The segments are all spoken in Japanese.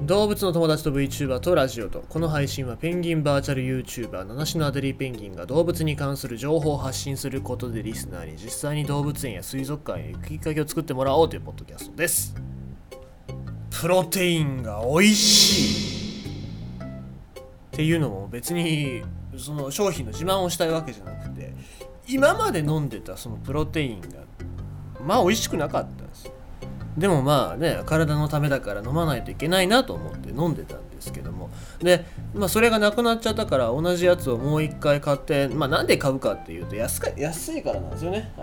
動物の友達と VTuber とラジオと、この配信はペンギンバーチャル YouTuber 七種のアデリーペンギンが動物に関する情報を発信することでリスナーに実際に動物園や水族館へ行くきっかけを作ってもらおうというポッドキャストです。プロテインが美味しいっていうのも別にその商品の自慢をしたいわけじゃなくて、今まで飲んでたそのプロテインがまあ美味しくなかったんですよ。でもまあね、体のためだから飲まないといけないなと思って飲んでたんですけども、で、それがなくなっちゃったから同じやつをもう一回買って、なんで買うかっていうと安いからなんですよね。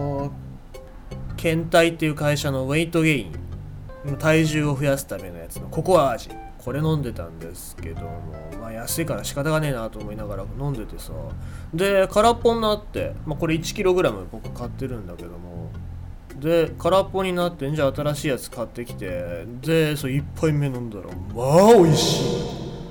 検体っていう会社のウェイトゲイン、体重を増やすためのやつのココア味、これ飲んでたんですけども、安いから仕方がねえなと思いながら飲んでてさ、で空っぽになって、これ 1kg 僕買ってるんだけども、で空っぽになって、じゃあ新しいやつ買ってきて、で1杯目飲んだら美味しい。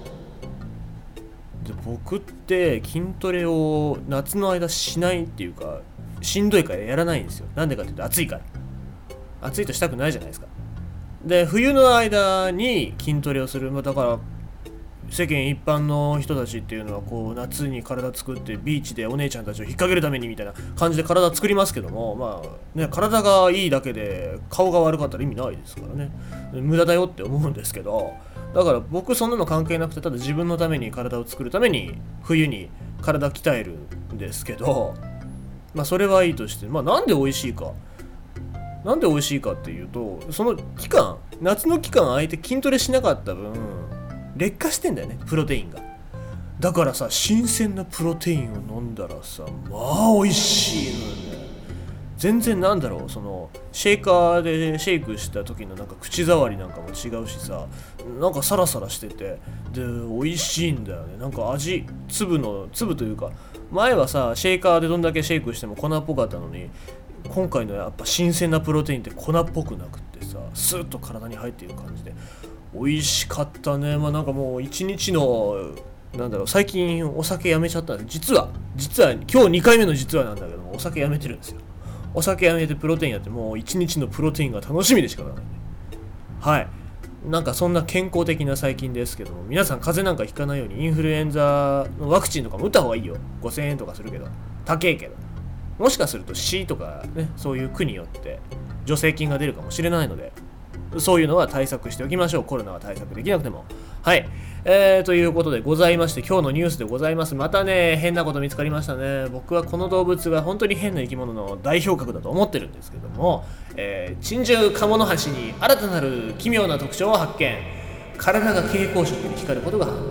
で僕って筋トレを夏の間しないっていうか、しんどいからやらないんですよ。なんでかっていうと暑いから。暑いとしたくないじゃないですか。で冬の間に筋トレをする、だから世間一般の人たちっていうのはこう夏に体作ってビーチでお姉ちゃんたちを引っ掛けるためにみたいな感じで体作りますけども、体がいいだけで顔が悪かったら意味ないですからね、無駄だよって思うんですけど、だから僕そんなの関係なくて、ただ自分のために体を作るために冬に体鍛えるんですけど、それはいいとして、なんで美味しいかっていうと、その期間、夏の期間空いて筋トレしなかった分劣化してんだよね、プロテインが。だからさ、新鮮なプロテインを飲んだらさ、美味しいのよね。全然そのシェイカーでシェイクした時の口触りなんかも違うしさ、サラサラしてて、で美味しいんだよね。味、粒というか、前はさシェイカーでどんだけシェイクしても粉っぽかったのに、今回のやっぱ新鮮なプロテインって粉っぽくなくってさ、スーッと体に入っている感じで美味しかったね。もう一日の最近お酒やめちゃったんで、実は今日2回目の実はなんだけども、お酒やめてるんですよ。お酒やめてプロテインやって、もう一日のプロテインが楽しみでしかないね。はい、そんな健康的な最近ですけども、皆さん風邪なんかひかないようにインフルエンザのワクチンとかも打った方がいいよ。5000円とかするけど高えけど、もしかすると市とかね、そういう区によって助成金が出るかもしれないので、そういうのは対策しておきましょう。コロナは対策できなくても。はい、ということでございまして、今日のニュースでございます。またね、変なこと見つかりましたね。僕はこの動物が本当に変な生き物の代表格だと思ってるんですけども、珍獣カモノハシに新たなる奇妙な特徴を発見。体が蛍光色に光ることが判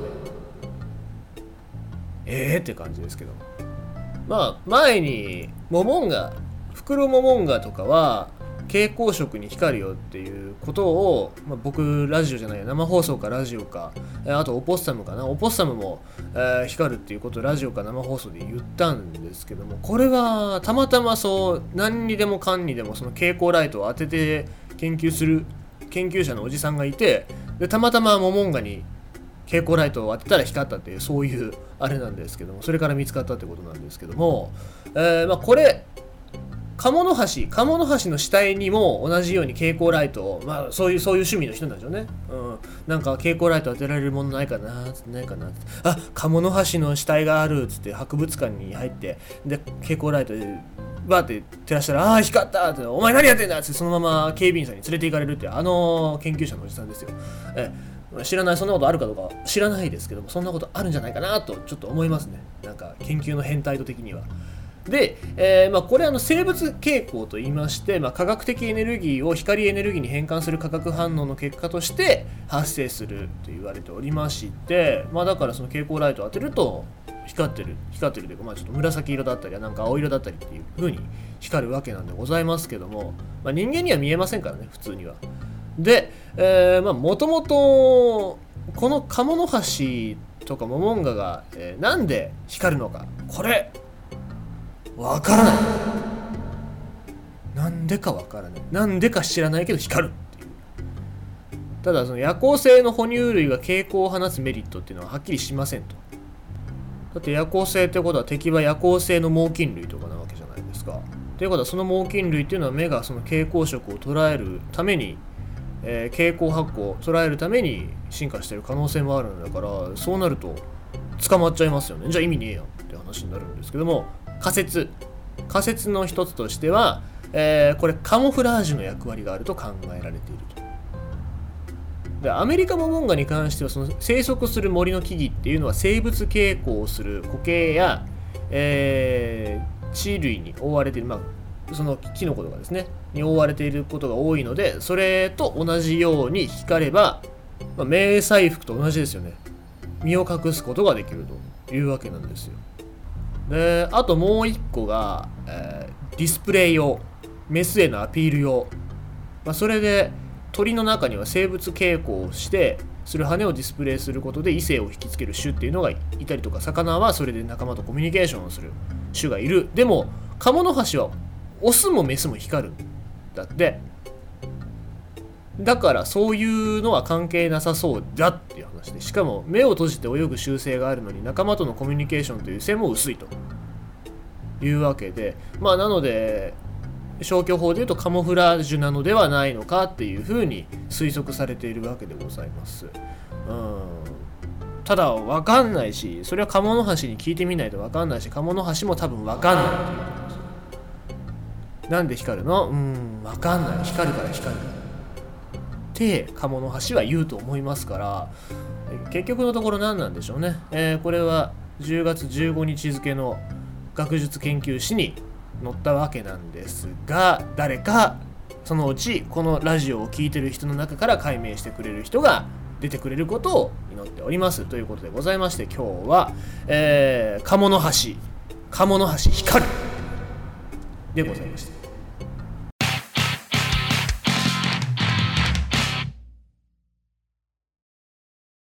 明。って感じですけど、前にフクロモモンガとかは蛍光色に光るよっていうことを、僕ラジオじゃない生放送かラジオか、あとオポッサムかな、オポッサムも、光るっていうことをラジオか生放送で言ったんですけども、これはたまたま何にでもかんにでもその蛍光ライトを当てて研究する研究者のおじさんがいて、でたまたまモモンガに蛍光ライトを当てたら光ったっていう、そういうあれなんですけども、それから見つかったってことなんですけども、これカモノハシの死体にも同じように蛍光ライトを、そういう趣味の人なんでしょうね。蛍光ライト当てられるものないかなつって、カモノハシの死体があるっつって博物館に入って、で蛍光ライトでバーって照らしたら、光ったって、お前何やってんだって、そのまま警備員さんに連れて行かれるっていう、研究者のおじさんですよ。知らない、そんなことあるかどうか知らないですけども、そんなことあるんじゃないかなとちょっと思いますね。研究の変態度的には。で、これ生物傾向と言いまして、化学的エネルギーを光エネルギーに変換する化学反応の結果として発生すると言われておりまして、だからその蛍光ライトを当てると光ってるというか、ちょっと紫色だったり青色だったりっていう風に光るわけなんでございますけども、人間には見えませんからね、普通には。で、もともとこのカモノハシとかモモンガが、なんで光るのか、これわからない。なんでかわからない。なんでか知らないけど光るっていう。ただその夜行性の哺乳類が蛍光を放つメリットっていうのははっきりしませんと。だって夜行性ってことは敵は夜行性の猛禽類とかなわけじゃないですか。ということはその猛禽類っていうのは目がその蛍光色を捉えるために蛍光発光を捉えるために進化してる可能性もあるんだから、そうなると捕まっちゃいますよね。じゃあ意味ねえやんって話になるんですけども、仮説の一つとしては、これカモフラージュの役割があると考えられていると。でアメリカモモンガに関しては、その生息する森の木々っていうのは生物傾向をする固形や、地類に覆われている、そのキノコとかですねに覆われていることが多いので、それと同じように光れば、迷彩服と同じですよね。身を隠すことができるというわけなんですよ。であともう一個が、ディスプレイ用、メスへのアピール用、それで鳥の中には生物傾向をしてする羽をディスプレイすることで異性を引きつける種っていうのがいたりとか、魚はそれで仲間とコミュニケーションをする種がいる。でもカモノハシはオスもメスも光るんだって。だからそういうのは関係なさそうだっていう話で、しかも目を閉じて泳ぐ習性があるのに仲間とのコミュニケーションという性も薄いというわけで、なので消去法でいうとカモフラージュなのではないのかっていうふうに推測されているわけでございます。ただ分かんないし、それはカモノハシに聞いてみないと分かんないし、カモノハシも多分分かんないっていうことです。なんで光るの？分かんない。光るから光るってカモノハシは言うと思いますから、結局のところ何なんでしょうね。これは10月15日付の学術研究誌に載ったわけなんですが、誰かそのうちこのラジオを聞いてる人の中から解明してくれる人が出てくれることを祈っておりますということでございまして、今日は、カモノハシ光るでございました。